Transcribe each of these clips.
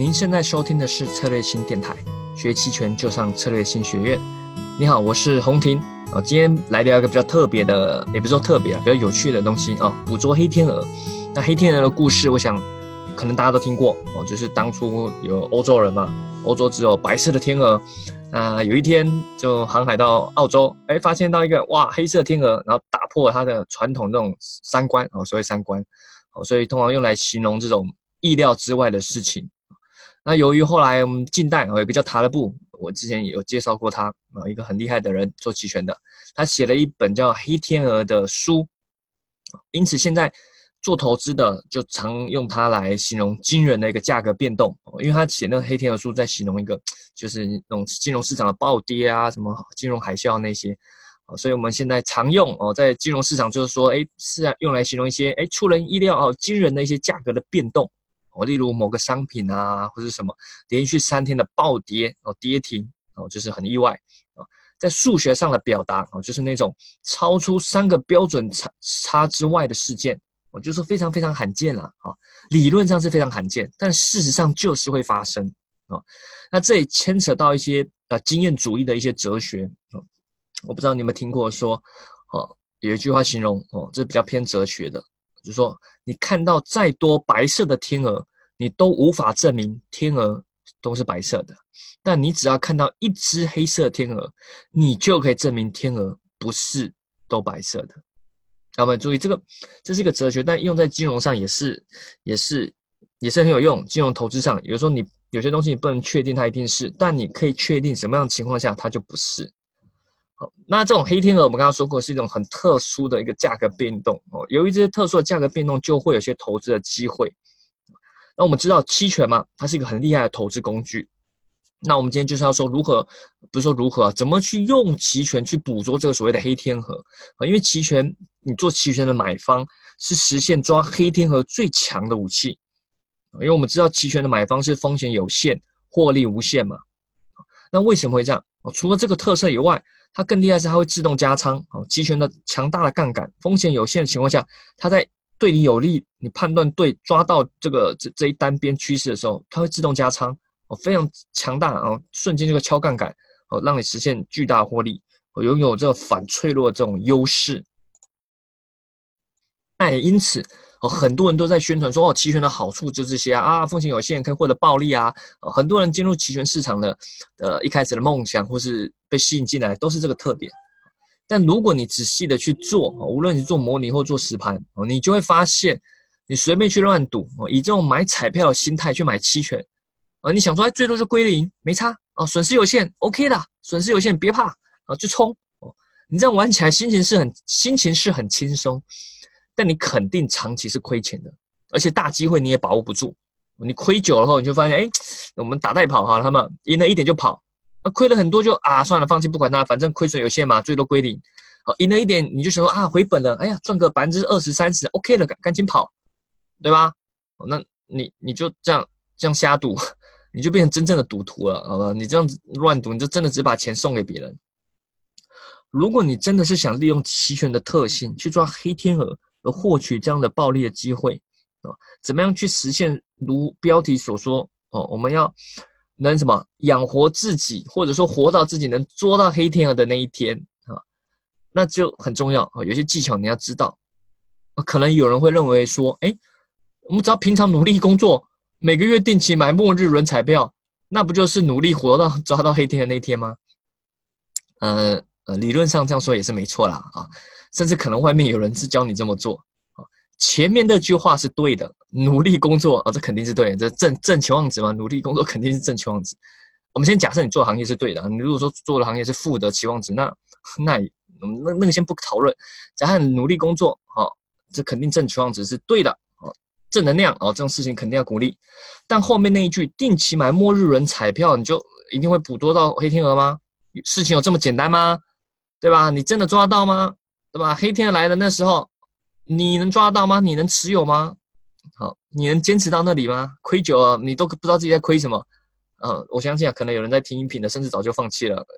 您现在收听的是策略星电台，学期权就上策略星学院。你好，我是洪婷。今天来聊一个比较特别的，也不是说特别比较有趣的东西捕捉黑天鹅。那黑天鹅的故事，我想可能大家都听过就是当初有欧洲人嘛，欧洲只有白色的天鹅。有一天就航海到澳洲，发现到一个黑色天鹅，然后打破了它的传统这种三观所谓三观所以通常用来形容这种意料之外的事情。那由于后来我们近代有一个叫塔勒布，我之前也有介绍过他一个很厉害的人做期权的，他写了一本叫《黑天鹅》的书，因此现在做投资的就常用它来形容惊人的一个价格变动，因为他写那个黑天鹅书在形容一个就是那种金融市场的暴跌什么金融海啸那些，所以我们现在常用在金融市场就是说是用来形容一些出人意料惊人的一些价格的变动。例如某个商品或者什么连续3天的暴跌跌停就是很意外在数学上的表达就是那种超出3个标准差之外的事件就是非常非常罕见啦理论上是非常罕见，但事实上就是会发生那这里牵扯到一些经验主义的一些哲学我不知道你有没有听过说有一句话形容这比较偏哲学的，就是说你看到再多白色的天鹅，你都无法证明天鹅都是白色的，但你只要看到一只黑色天鹅，你就可以证明天鹅不是都白色的。我们注意这是一个哲学，但用在金融上也是很有用。金融投资上，有时候你有些东西你不能确定它一定是，但你可以确定什么样的情况下它就不是。那这种黑天鹅我们刚刚说过是一种很特殊的一个价格变动由于这些特殊的价格变动就会有些投资的机会。那我们知道期权嘛，它是一个很厉害的投资工具。那我们今天就是要说怎么去用期权去捕捉这个所谓的黑天鹅因为期权你做期权的买方是实现抓黑天鹅最强的武器，因为我们知道期权的买方是风险有限获利无限嘛。那为什么会这样除了这个特色以外，它更厉害是它会自动加仓期权的强大的杠杆，风险有限的情况下，它在对你有利，你判断对抓到这一单边趋势的时候，它会自动加仓非常强大瞬间这个敲杠杆让你实现巨大获利拥有这个反脆弱的这种优势。那也因此很多人都在宣传说期权的好处就是这些风险有限可以获得暴利很多人进入期权市场的一开始的梦想或是被吸引进来都是这个特点。但如果你仔细的去做无论你做模拟或做实盘你就会发现你随便去乱赌以这种买彩票的心态去买期权你想说最多就归零没差损失有限 OK 的，损失有限别怕就冲你这样玩起来心情是很轻松，但你肯定长期是亏钱的，而且大机会你也把握不住。你亏久了后，你就发现我们打带跑他们赢了一点就跑亏了很多就算了放弃不管它，反正亏损有限嘛，最多归零赢了一点你就想说回本了，赚个20%-30% OK 了，赶紧跑，对吧那你就这样瞎赌，你就变成真正的赌徒了好吧？你这样子乱赌，你就真的只把钱送给别人。如果你真的是想利用期权的特性去抓黑天鹅而获取这样的暴利的机会怎么样去实现如标题所说我们要能养活自己，或者说活到自己能捉到黑天鹅的那一天那就很重要有些技巧你要知道可能有人会认为说我们只要平常努力工作，每个月定期买末日轮彩票，那不就是努力活到抓到黑天鹅那一天吗？理论上这样说也是没错啦甚至可能外面有人是教你这么做前面那句话是对的，努力工作这肯定是对的，这正期望值嘛，努力工作肯定是正期望值。我们先假设你做的行业是对的，你如果说做的行业是负的期望值，那个先不讨论。假设你努力工作这肯定正期望值是对的正能量这种事情肯定要鼓励。但后面那一句定期买末日轮彩票，你就一定会捕捉到黑天鹅吗？事情有这么简单吗？对吧？你真的抓到吗？对吧？黑天鹅来的那时候你能抓到吗？你能持有吗？你能坚持到那里吗？亏久了你都不知道自己在亏什么我相信可能有人在听音频的甚至早就放弃了，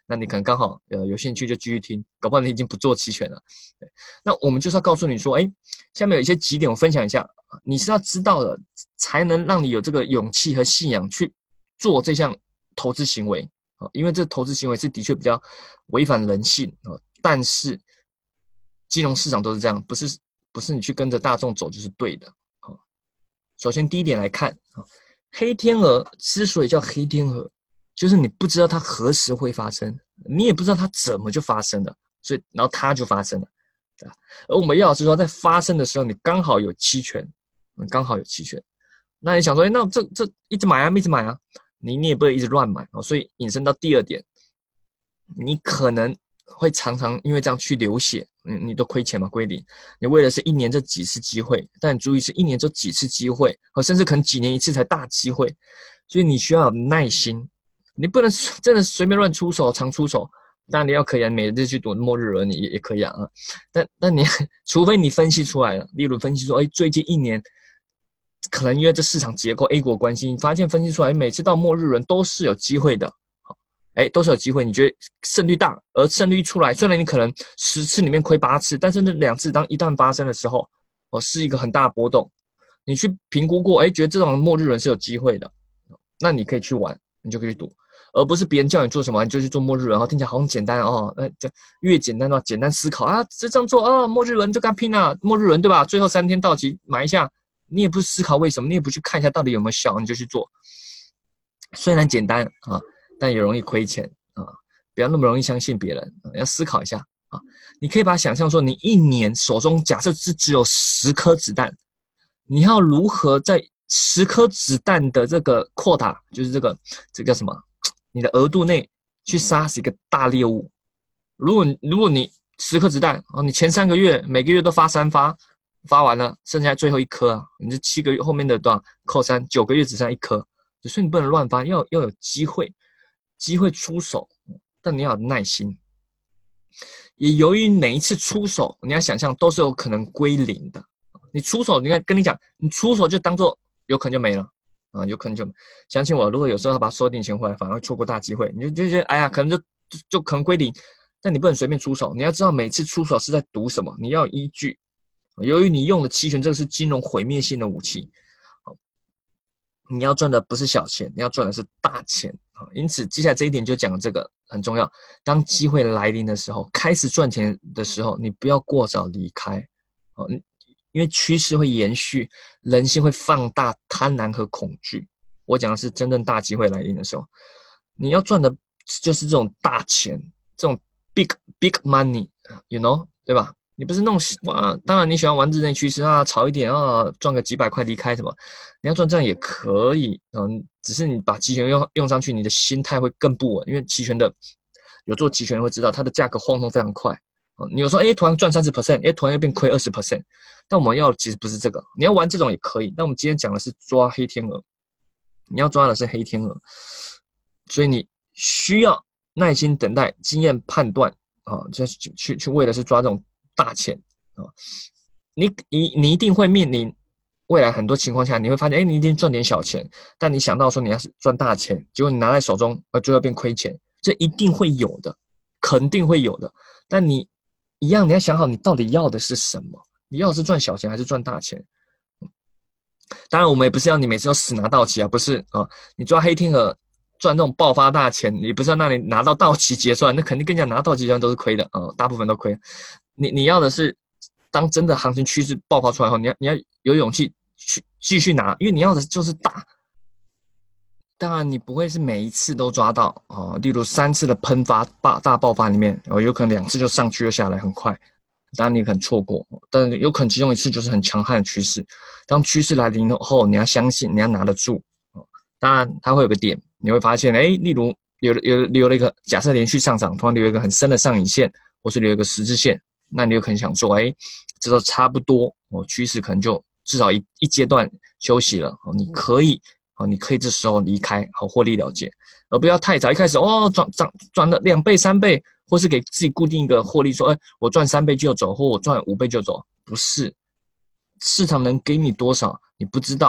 那你可能刚好有兴趣就继续听，搞不好你已经不做期权了。对，那我们就是要告诉你说，下面有一些几点我分享一下，你是要知道的，才能让你有这个勇气和信仰去做这项投资行为。因为这投资行为是的确比较违反人性，但是金融市场都是这样，不是你去跟着大众走就是对的。首先第一点来看，黑天鹅之所以叫黑天鹅，就是你不知道它何时会发生，你也不知道它怎么就发生了，所以然后它就发生了。对吧？而我们要是说在发生的时候你刚好有期权，那你想说那这一直买啊，一直买啊，你也不会一直乱买，所以引申到第二点，你可能会常常因为这样去流血，你都亏钱嘛，归零。你为的是一年这几次机会，但你注意是一年这几次机会，甚至可能几年一次才大机会，所以你需要有耐心，你不能真的随便乱出手，常出手。当然你要可以每日去赌末日额，你也可以啊，但你除非你分析出来了，例如分析说，最近一年可能因为这市场结构 A 股关系，你发现分析出来每次到末日轮都是有机会的，都是有机会，你觉得胜率大，而胜率出来，虽然你可能10次里面亏8次，但是那2次一旦发生的时候，是一个很大的波动，你去评估过，觉得这种末日轮是有机会的，那你可以去玩，你就可以去赌。而不是别人叫你做什么你就去做末日轮，然后听起来好像简单这越简单的话简单思考啊，这样做末日轮就跟他拼啊，末日轮对吧？最后3天到期买一下，你也不思考为什么，你也不去看一下到底有没有效，你就去做。虽然简单但也容易亏钱不要那么容易相信别人要思考一下你可以把它想象说，你一年手中假设是只有10颗子弹，你要如何在10颗子弹的这个quota，就是这个叫什么？你的额度内去杀死一个大猎物。如果你10颗子弹你前3个月每个月都发3发，发完了剩下最后1颗你这7个月后面的多少扣3 9个月只剩1颗，所以你不能乱发，要有机会出手，但你要有耐心。也由于每一次出手你要想象都是有可能归零的，你出手你看跟你讲，你出手就当做有可能就没了有可能就相信我，如果有时候把收定钱回来，反而会错过大机会。你就觉得可能就可能归零，但你不能随便出手，你要知道每次出手是在赌什么，你要有依据。由于你用的期权，这个是金融毁灭性的武器，你要赚的不是小钱，你要赚的是大钱因此接下来这一点就讲这个很重要。当机会来临的时候，开始赚钱的时候，你不要过早离开因为趋势会延续，人性会放大贪婪和恐惧。我讲的是真正大机会来临的时候，你要赚的就是这种大钱，这种 big money you know 对吧？你不是那种当然你喜欢玩日内趋势炒一点赚个几百块离开什么，你要赚这样也可以只是你把期权用上去，你的心态会更不稳，因为期权的有做期权会知道它的价格晃动非常快你有时候突然赚 30%， 突然又变亏 20%， 但我们要其实不是这个，你要玩这种也可以，但我们今天讲的是抓黑天鹅，你要抓的是黑天鹅，所以你需要耐心等待，经验判断就去为的是抓这种大钱你一定会面临未来很多情况下，你会发现你一定赚点小钱，但你想到说你要是赚大钱，结果你拿在手中最后变亏钱，这一定会有的，肯定会有的。但你一样，你要想好你到底要的是什么，你要的是赚小钱还是赚大钱。当然我们也不是要你每次都死拿到期不是你抓黑天鹅赚这种爆发大钱，你不是要让你拿到到期结算，那肯定跟你讲拿到期结算都是亏的大部分都亏。你要的是当真的行情趋势爆发出来后，你要有勇气去继续拿，因为你要的就是大。当然你不会是每一次都抓到例如3次的喷发大爆发里面有可能2次就上去又下来很快，当然你可能错过，但有可能其中1次就是很强悍的趋势。当趋势来临后，你要相信，你要拿得住当然它会有个点，你会发现例如留了一个假设连续上涨，突然留一个很深的上影线，或是留一个十字线，那你有可能想说这都差不多趋势可能就至少一阶段休息了你可以这时候离开获利了结，而不要太早一开始赚了2倍3倍，或是给自己固定一个获利说我赚3倍就走，或我赚5倍就走，不是，市场能给你多少你不知道，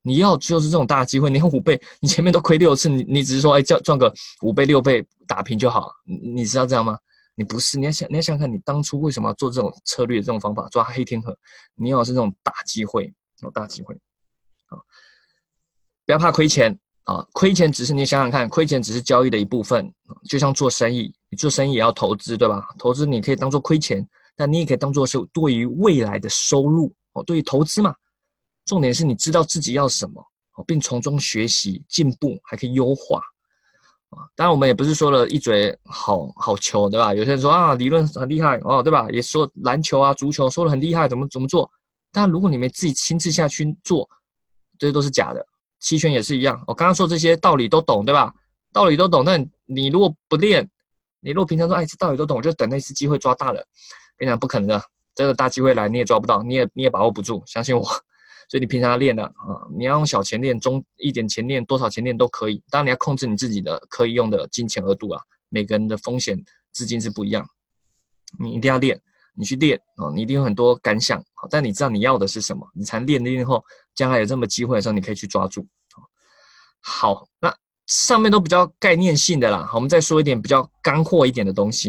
你要就是这种大机会，你看5倍，你前面都亏6次，你只是说赚个5倍6倍打平就好，你知道这样吗？你不是，你要想看你当初为什么要做这种策略这种方法抓黑天鹅，你要的是这种大机会，大机会啊，不要怕亏钱啊，亏钱只是你想想看，亏钱只是交易的一部分，就像做生意，你做生意也要投资，对吧？投资你可以当做亏钱，但你也可以当做是对于未来的收入对于投资嘛。重点是你知道自己要什么，并从中学习进步，还可以优化。当然我们也不是说了一嘴好球，对吧？有些人说啊，理论很厉害对吧？也说篮球啊、足球说的很厉害，怎么做？但如果你没自己亲自下去做，这些都是假的。期权也是一样，我刚刚说这些道理都懂，对吧？道理都懂，但你如果不练，你如果平常说这道理都懂，我就等那次机会抓大了，跟你讲不可能的，这个大机会来你也抓不到，你也把握不住，相信我。所以你平常要练的你要用小钱练，中一点钱练，多少钱练都可以。当然你要控制你自己的可以用的金钱额度啊，每个人的风险资金是不一样，你一定要练，你去练你一定有很多感想，但你知道你要的是什么，你才练后，将来有这么机会的时候，你可以去抓住。好，那上面都比较概念性的啦，我们再说一点比较干货一点的东西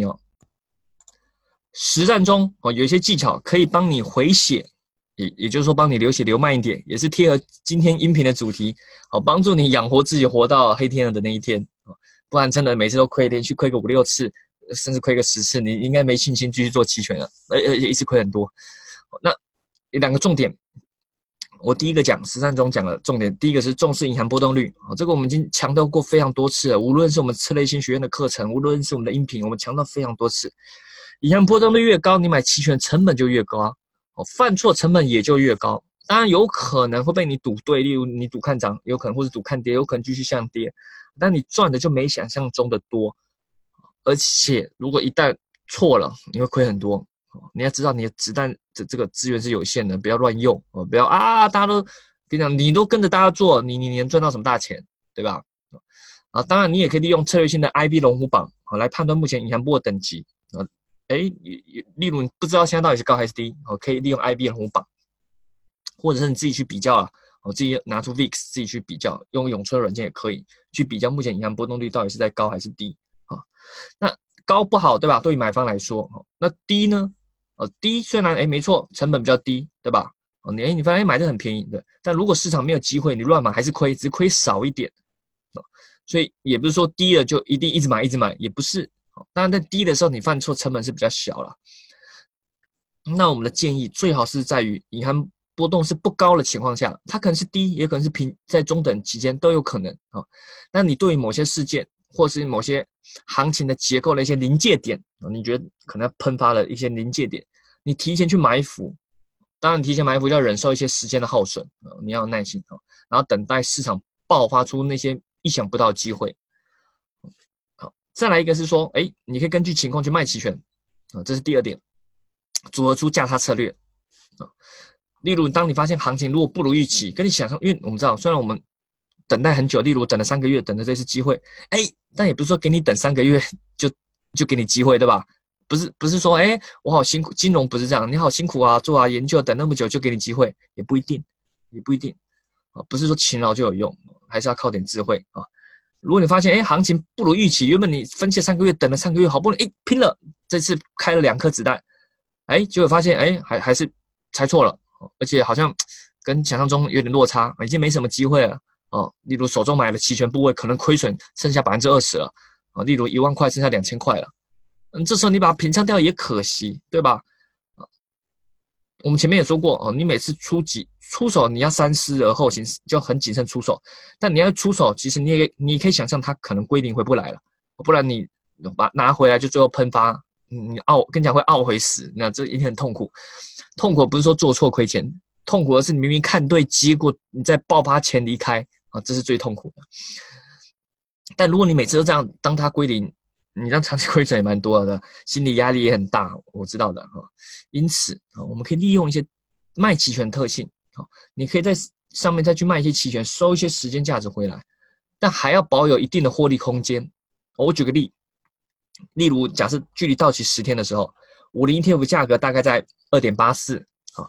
实战中有一些技巧可以帮你回血。也就是说帮你流血流慢一点，也是贴合今天音频的主题，帮助你养活自己活到黑天鹅的那一天，不然真的每次都亏，连续亏个5、6次，甚至亏个10次，你应该没信心继续做期权了，而且一次亏很多。那2个重点，我第一个讲实战中讲的重点，第一个是重视隐含波动率，这个我们已经强调过非常多次了，无论是我们策略性学院的课程，无论是我们的音频，我们强调非常多次，隐含波动率越高，你买期权成本就越高犯错成本也就越高，当然有可能会被你赌对，例如你赌看涨，有可能或者赌看跌，有可能继续向跌，但你赚的就没想象中的多，而且如果一旦错了，你会亏很多。你要知道你的子弹的这个资源是有限的，不要乱用不要大家都跟你讲，你都跟着大家做，你能赚到什么大钱，对吧？当然你也可以利用策略性的 IB 龙虎榜来判断目前隐含波的等级例如你不知道现在到底是高还是低，可以利用 IB 龙虎榜，或者是你自己去比较自己拿出 VIX 自己去比较，用咏春软件也可以去比较目前隐含波动率到底是在高还是低那高不好，对吧？对于买方来说那低呢？低虽然没错，成本比较低，对吧？你发现买的很便宜的，但如果市场没有机会，你乱买还是亏，只亏少一点所以也不是说低了就一定一直买，也不是。当然在低的时候你犯错成本是比较小了。那我们的建议最好是在于隐含波动是不高的情况下，它可能是低，也可能是平，在中等期间都有可能那你对于某些事件或是某些行情的结构的一些临界点你觉得可能喷发了一些临界点，你提前去埋伏。当然提前埋伏就要忍受一些时间的耗损你要有耐心然后等待市场爆发出那些意想不到的机会。再来一个是说你可以根据情况去卖期权这是第2点，组合出价差策略例如当你发现行情如果不如预期，跟你想象，因为我们知道虽然我们等待很久，例如等了3个月等着这次机会但也不是说给你等3个月就给你机会，对吧？不是说我好辛苦，金融不是这样，你好辛苦做研究等那么久就给你机会，也不一定不是说勤劳就有用，还是要靠点智慧如果你发现行情不如预期，原本你分析3个月，等了3个月，好不容易拼了，这次开了2颗子弹结果发现还是猜错了而且好像跟想象中有点落差已经没什么机会了例如手中买了期权部位可能亏损剩下 20% 了例如1万块剩下2000块了这时候你把它平仓掉也可惜，对吧？我们前面也说过你每次出手你要三思而后行，就很谨慎出手。但你要出手，其实你可以想象它可能归零回不来了，不然你把拿回来就最后喷发，跟你讲会懊悔死，那这一定很痛苦。痛苦不是说做错亏钱，痛苦的是你明明看对，结果你在爆发前离开这是最痛苦的。但如果你每次都这样，当它归零，你让长期亏损也蛮多的，心理压力也很大，我知道的因此我们可以利用一些卖期权特性你可以在上面再去卖一些期权，收一些时间价值回来，但还要保有一定的获利空间我举个例如假设距离到期10天的时候，50 ETF 价格大概在 2.84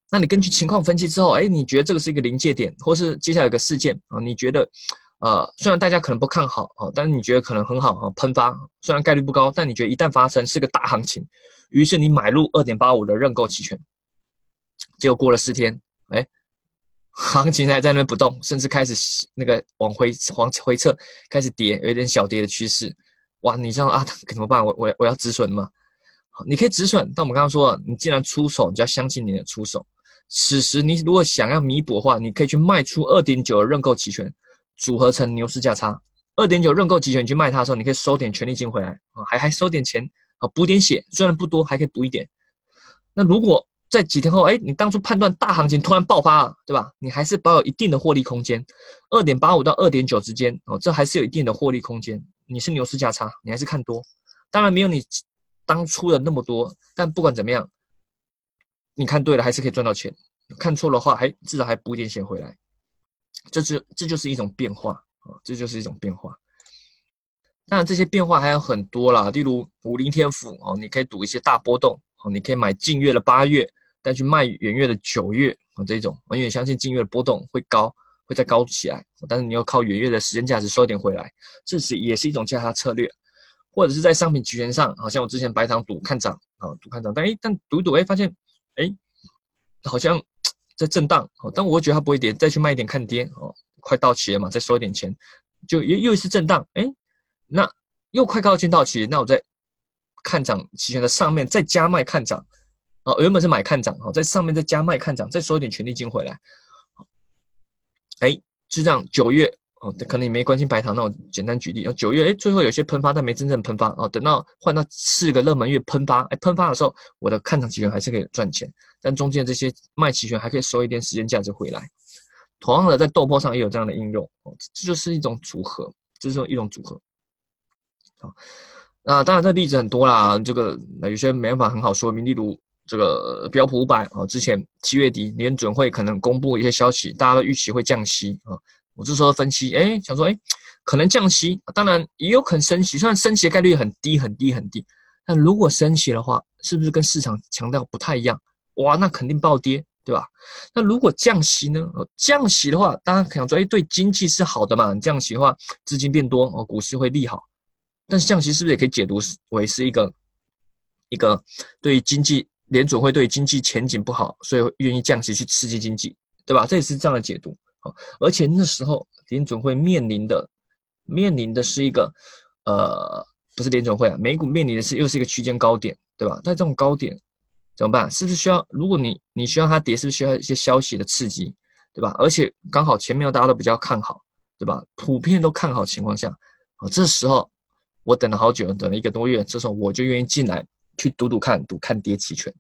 那你根据情况分析之后，你觉得这个是一个临界点，或是接下来有个事件啊，你觉得虽然大家可能不看好但是你觉得可能很好喷发，虽然概率不高，但你觉得一旦发生是个大行情，于是你买入 2.85 的认购期权，结果过了4天，行情还在那边不动，甚至开始那个往回撤，开始跌，有一点小跌的趋势。哇，你知道怎么办？我要止损吗？你可以止损，但我们刚刚说了，你既然出手，你就要相信你的出手。此时你如果想要弥补的话，你可以去卖出 2.9 的认购期权，组合成牛市价差。2.9 认购期权你去卖它的时候，你可以收点权利金回来还收点钱补点血，虽然不多，还可以补一点。那如果在几天后，你当初判断大行情突然爆发了，对吧？你还是保有一定的获利空间 ，2.85 到 2.9 之间这还是有一定的获利空间。你是牛市价差，你还是看多，当然没有你当初的那么多，但不管怎么样，你看对了还是可以赚到钱，看错的话至少还补一点钱回来。这就是一种变化这就是一种变化。当然这些变化还有很多啦，例如50天符你可以赌一些大波动你可以买近月的8月，但去卖远月的9月这种，因为相信近月的波动会再高起来，但是你要靠远月的时间价值收一点回来，这也是一种价差策略。或者是在商品期权上，好像我之前白糖赌看涨赌看涨，但赌一赌发现好像在震荡但我觉得它不会跌，再去卖一点看跌快到期了嘛，再收一点钱，就又是震荡那又快靠近到期，那我在看涨期权的上面再加卖看涨原本是买看涨在上面再加卖看涨，再收一点权利金回来就这样9月可能你没关心白糖，那我简单举例9月最后有些喷发，但没真正喷发等到换到4个热门月喷发喷发的时候，我的看涨期权还是可以赚钱，但中间这些卖期权还可以收一点时间价值回来。同样的在豆粕上也有这样的应用这就是一种组合，这是一种组合那当然这例子很多啦，这个有些没办法很好说明，例如这个标普500之前7月底联准会可能公布一些消息，大家都预期会降息我这时候分析想说可能降息，当然也有可能升息，虽然升息的概率很低很低很低，但如果升息的话，是不是跟市场强调不太一样？哇，那肯定暴跌，对吧？那如果降息呢？降息的话，大家想说对经济是好的嘛，降息的话资金变多股市会利好，但是降息是不是也可以解读为是一个对经济联准会对经济前景不好，所以愿意降息去刺激经济，对吧？这也是这样的解读而且那时候联准会面临的是一个不是联准会美股面临的又是一个区间高点，对吧？但这种高点怎么办？是不是需要，如果你需要它跌，是不是需要一些消息的刺激，对吧？而且刚好前面大家都比较看好，对吧？普遍都看好情况下这时候我等了好久，等了1个多月，这时候我就愿意进来去赌看跌期权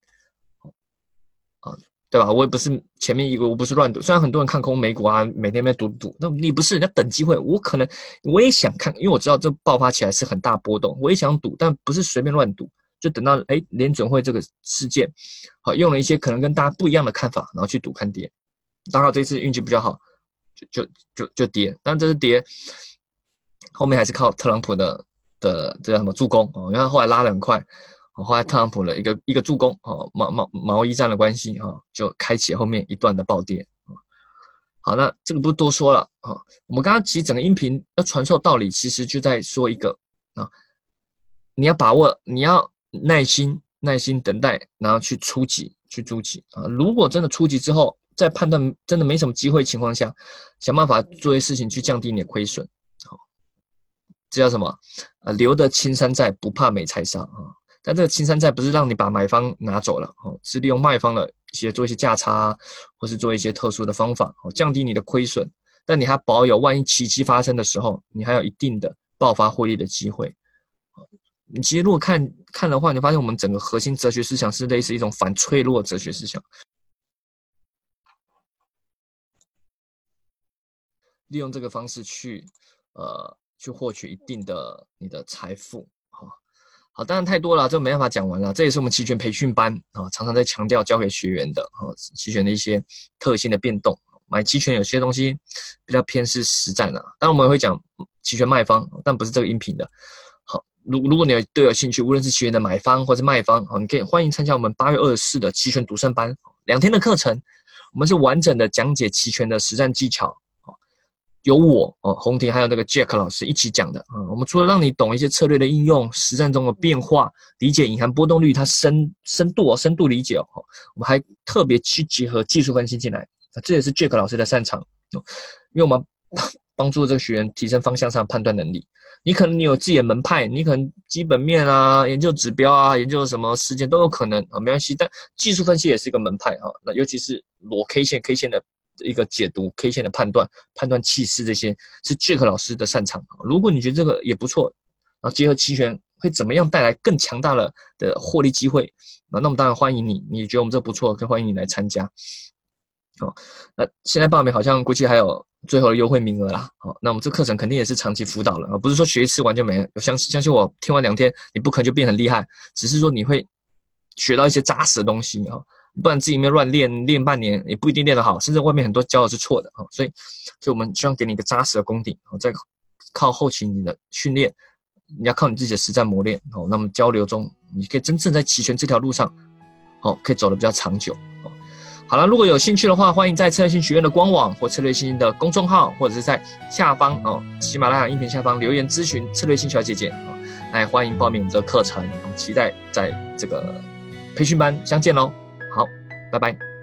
对吧？我也不是前面我不是乱赌，虽然很多人看空美股每天在赌，那你不是人家等机会，我也想看，因为我知道这爆发起来是很大波动，我也想赌，但不是随便乱赌，就等到联准会这个事件用了一些可能跟大家不一样的看法，然后去赌看跌，刚好这次运气比较好，就跌，但这是跌，后面还是靠特朗普的这叫什么助攻因为他后来拉得很快。后来特朗普的一个助攻贸易战的关系就开启后面一段的暴跌好，那这个不多说了我们刚刚其实整个音频要传授道理，其实就在说一个你要把握，你要耐心等待，然后去出击如果真的出击之后，在判断真的没什么机会情况下，想办法做些事情去降低你的亏损这叫什么留得青山在，不怕没柴烧但这个青山债不是让你把买方拿走了是利用卖方的做一些价差或是做一些特殊的方法降低你的亏损，但你还保有万一奇迹发生的时候，你还有一定的爆发获利的机会你其实如果看的话，你发现我们整个核心哲学思想是类似一种反脆弱哲学思想，利用这个方式去获取一定的你的财富好，当然太多了，这没办法讲完了。这也是我们期权培训班常常在强调教给学员的期权的一些特性的变动。买期权有些东西比较偏是实战当然我们也会讲期权卖方，但不是这个音频的。好，如果你对有兴趣，无论是期权的买方或是卖方你可以欢迎参加我们8月24的期权独胜班， 2天的课程，我们是完整的讲解期权的实战技巧，由我洪婷还有那个 Jack 老师一起讲的。我们除了让你懂一些策略的应用、实战中的变化，理解隐含波动率它深度理解我们还特别去结合技术分析进来，这也是 Jack 老师的擅长，因为我们帮助这个学员提升方向上的判断能力。你可能你有自己的门派，你可能基本面啊、研究指标啊、研究什么事件都有可能没关系。但技术分析也是一个门派那尤其是裸 K 线的一个解读 K 线的判断气势，这些是 Jack 老师的擅长。如果你觉得这个也不错，然后结合期权会怎么样带来更强大的获利机会，那我们当然欢迎你。你觉得我们这不错，更欢迎你来参加。那现在报名好像估计还有最后的优惠名额啦。那我们这课程肯定也是长期辅导了，不是说学一次完就没了。相信我，听完2天你不可能就变很厉害，只是说你会学到一些扎实的东西不然自己没有乱练半年也不一定练得好，甚至外面很多教的是错的所以我们希望给你一个扎实的功底再靠后期你的训练，你要靠你自己的实战磨练那么交流中你可以真正在期权这条路上可以走得比较长久好了，如果有兴趣的话，欢迎在策略性学院的官网或策略性的公众号，或者是在下方喜马拉雅音频下方留言咨询策略性小姐姐来欢迎报名我们这个课程，期待在这个培训班相见咯。好，拜拜。